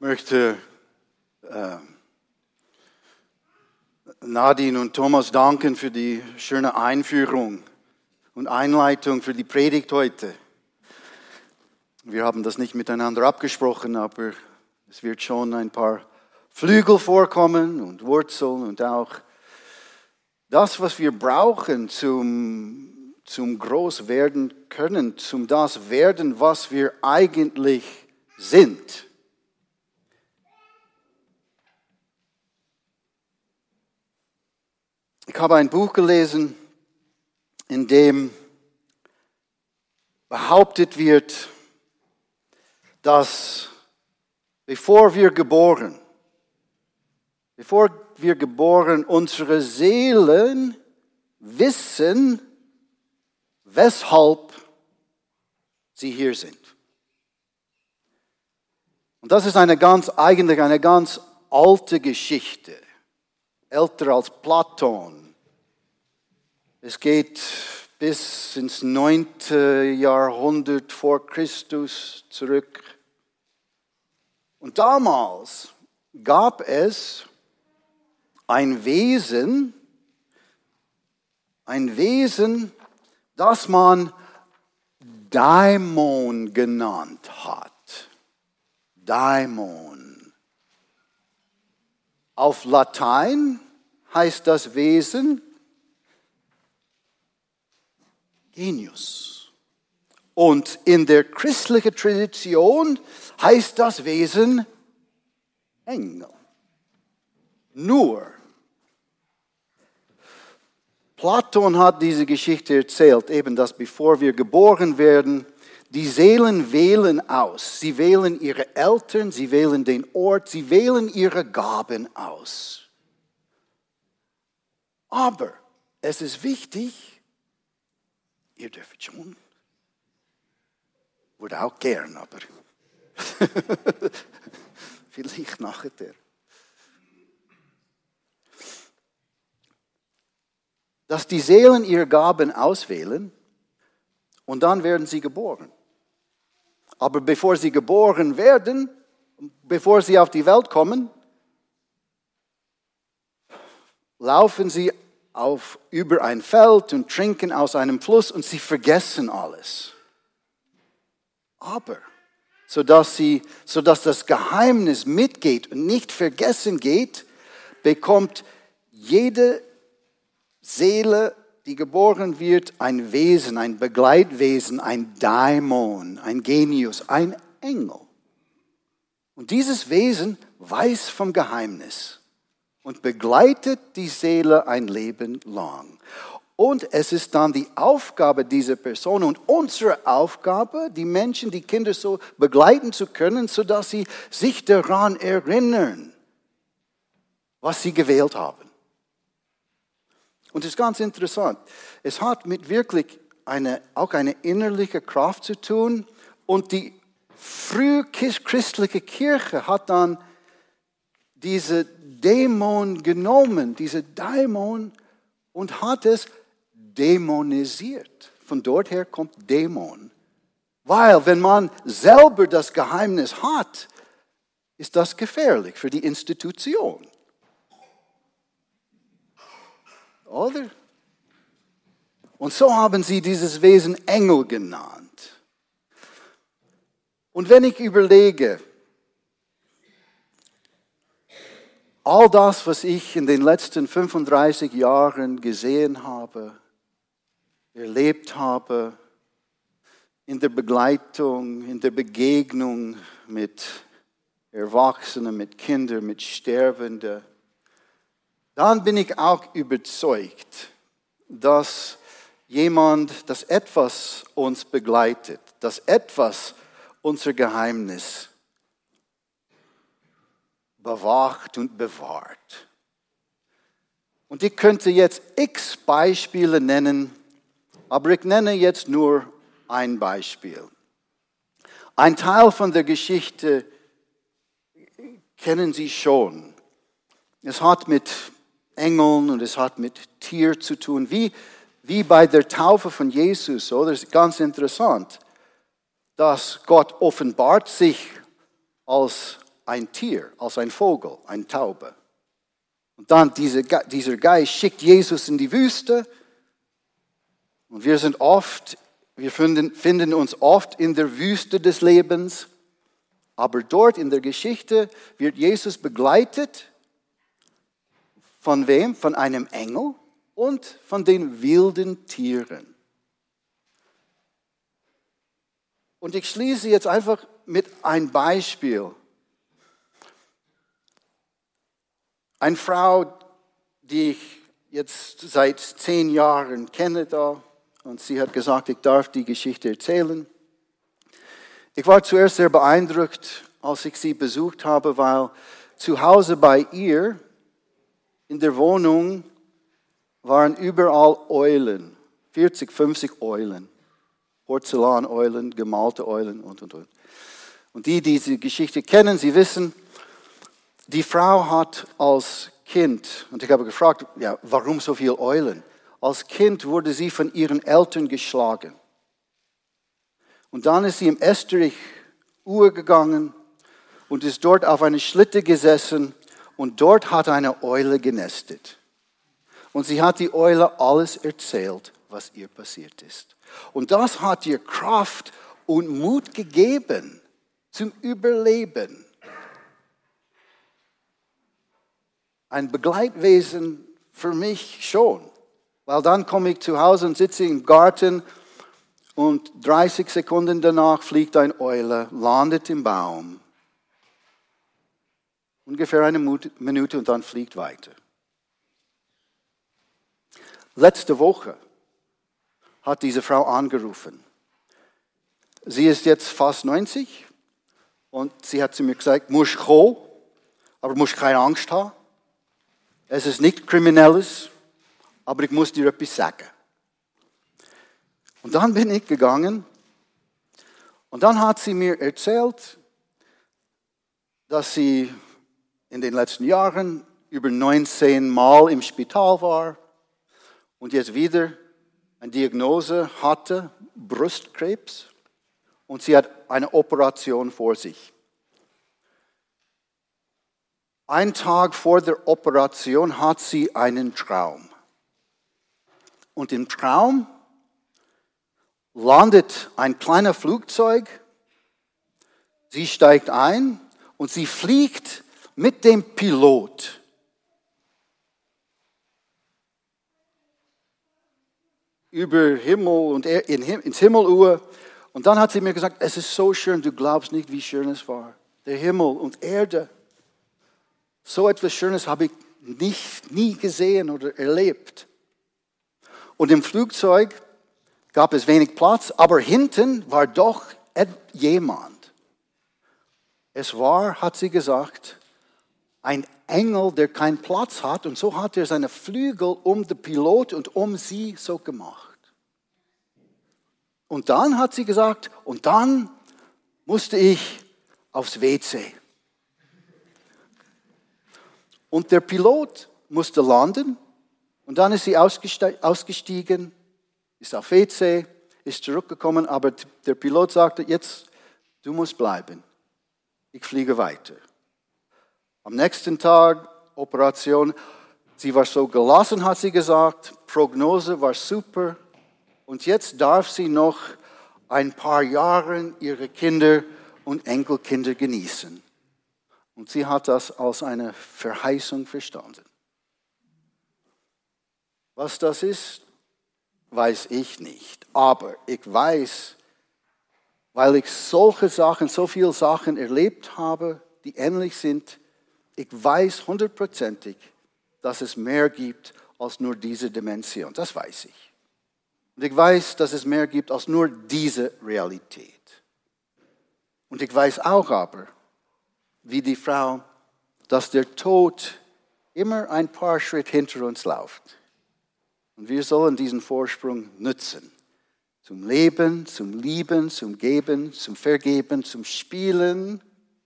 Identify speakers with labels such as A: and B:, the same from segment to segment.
A: möchte Nadine und Thomas danken für die schöne Einführung und Einleitung für die Predigt heute. Wir haben das nicht miteinander abgesprochen, aber es wird schon ein paar Flügel vorkommen und Wurzeln und auch das, was wir brauchen zum Großwerden können, zum das werden, was wir eigentlich sind. Ich habe ein Buch gelesen, in dem behauptet wird, dass bevor wir geboren, unsere Seelen wissen, weshalb sie hier sind. Und das ist eigentlich eine ganz alte Geschichte, älter als Platon. Es geht bis ins 9. Jahrhundert vor Christus zurück. Und damals gab es ein Wesen, das man Daimon genannt hat. Daimon. Auf Latein heißt das Wesen Genius. Und in der christlichen Tradition heißt das Wesen Engel. Nur, Platon hat diese Geschichte erzählt, eben dass bevor wir geboren werden, die Seelen wählen aus. Sie wählen ihre Eltern, sie wählen den Ort, sie wählen ihre Gaben aus. Aber es ist wichtig, ihr dürft schon, würde auch gern, aber vielleicht nachher. Dass die Seelen ihre Gaben auswählen und dann werden sie geboren. Aber bevor sie geboren werden, bevor sie auf die Welt kommen, laufen sie über ein Feld und trinken aus einem Fluss und sie vergessen alles. Aber, sodass das Geheimnis mitgeht und nicht vergessen geht, bekommt jede Seele, die geboren wird, ein Wesen, ein Begleitwesen, ein Daimon, ein Genius, ein Engel. Und dieses Wesen weiß vom Geheimnis und begleitet die Seele ein Leben lang. Und es ist dann die Aufgabe dieser Person und unsere Aufgabe, die Menschen, die Kinder so begleiten zu können, sodass sie sich daran erinnern, was sie gewählt haben. Und es ist ganz interessant. Es hat mit wirklich auch eine innerliche Kraft zu tun. Und die frühchristliche Kirche hat dann diese Dämon genommen, und hat es dämonisiert. Von dort her kommt Dämon. Weil wenn man selber das Geheimnis hat, ist das gefährlich für die Institution. Oder? Und so haben sie dieses Wesen Engel genannt. Und wenn ich überlege, all das, was ich in den letzten 35 Jahren gesehen habe, erlebt habe, in der Begleitung, in der Begegnung mit Erwachsenen, mit Kindern, mit Sterbenden, dann bin ich auch überzeugt, dass etwas uns begleitet, dass etwas unser Geheimnis bewacht und bewahrt. Und ich könnte jetzt x Beispiele nennen, aber ich nenne jetzt nur ein Beispiel. Ein Teil von der Geschichte kennen Sie schon. Es hat mit Engeln und es hat mit Tier zu tun, wie bei der Taufe von Jesus. So, das ist ganz interessant, dass Gott offenbart sich als ein Tier, als ein Vogel, eine Taube. Und dann dieser Geist schickt Jesus in die Wüste. Und wir finden uns oft in der Wüste des Lebens. Aber dort in der Geschichte wird Jesus begleitet. Von wem? Von einem Engel und von den wilden Tieren. Und ich schließe jetzt einfach mit einem Beispiel. Eine Frau, die ich jetzt seit 10 Jahren kenne da, und sie hat gesagt, ich darf die Geschichte erzählen. Ich war zuerst sehr beeindruckt, als ich sie besucht habe, weil zu Hause bei ihr in der Wohnung waren überall Eulen, 40, 50 Eulen, Porzellaneulen, gemalte Eulen und. Und die diese Geschichte kennen, sie wissen, die Frau hat als Kind, und ich habe gefragt, ja, warum so viele Eulen? Als Kind wurde sie von ihren Eltern geschlagen. Und dann ist sie im Estrich gegangen und ist dort auf eine Schlitte gesessen und dort hat eine Eule genestet. Und sie hat die Eule alles erzählt, was ihr passiert ist. Und das hat ihr Kraft und Mut gegeben zum Überleben. Ein Begleitwesen für mich schon. Weil dann komme ich zu Hause und sitze im Garten und 30 Sekunden danach fliegt eine Eule, landet im Baum. Ungefähr eine Minute und dann fliegt weiter. Letzte Woche hat diese Frau angerufen. Sie ist jetzt fast 90 und sie hat zu mir gesagt, musst kommen, aber musst keine Angst haben. Es ist nichts Kriminelles, aber ich muss dir etwas sagen. Und dann bin ich gegangen und dann hat sie mir erzählt, dass sie in den letzten Jahren über 19 Mal im Spital war und jetzt wieder eine Diagnose hatte, Brustkrebs, und sie hat eine Operation vor sich. Einen Tag vor der Operation hat sie einen Traum. Und im Traum landet ein kleiner Flugzeug, sie steigt ein und sie fliegt mit dem Pilot über Himmel und ins Himmeluhr. Und dann hat sie mir gesagt, es ist so schön, du glaubst nicht, wie schön es war. Der Himmel und Erde. So etwas Schönes habe ich nie gesehen oder erlebt. Und im Flugzeug gab es wenig Platz, aber hinten war doch jemand. Es war, hat sie gesagt, ein Engel, der keinen Platz hat. Und so hat er seine Flügel um den Pilot und um sie so gemacht. Und dann hat sie gesagt, und dann musste ich aufs WC. Und der Pilot musste landen und dann ist sie ausgestiegen, ist auf WC, ist zurückgekommen, aber der Pilot sagte, jetzt, du musst bleiben, ich fliege weiter. Am nächsten Tag, Operation, sie war so gelassen, hat sie gesagt, Prognose war super und jetzt darf sie noch ein paar Jahre ihre Kinder und Enkelkinder genießen. Und sie hat das als eine Verheißung verstanden. Was das ist, weiß ich nicht. Aber ich weiß, weil ich so viele Sachen erlebt habe, die ähnlich sind, ich weiß 100%, dass es mehr gibt als nur diese Dimension. Das weiß ich. Und ich weiß, dass es mehr gibt als nur diese Realität. Und ich weiß auch aber, wie die Frau, dass der Tod immer ein paar Schritte hinter uns läuft. Und wir sollen diesen Vorsprung nutzen. Zum Leben, zum Lieben, zum Geben, zum Vergeben, zum Spielen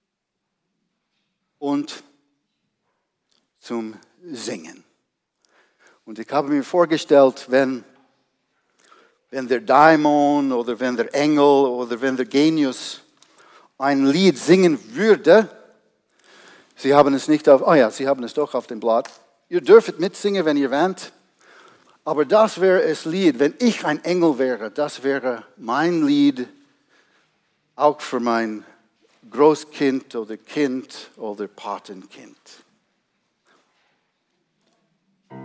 A: und zum Singen. Und ich habe mir vorgestellt, wenn der Daimon oder wenn der Engel oder wenn der Genius ein Lied singen würde, Sie haben es nicht auf, Sie haben es doch auf dem Blatt. Ihr dürft mitsingen, wenn ihr wollt. Aber das wäre das Lied, wenn ich ein Engel wäre, das wäre mein Lied, auch für mein Großkind oder Kind oder Patenkind.